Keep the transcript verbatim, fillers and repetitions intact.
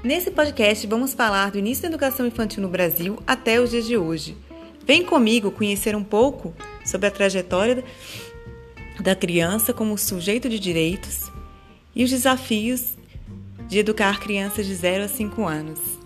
Nesse podcast vamos falar do início da educação infantil no Brasil até os dias de hoje. Vem comigo conhecer um pouco sobre a trajetória da criança como sujeito de direitos e os desafios de educar crianças de zero a cinco anos.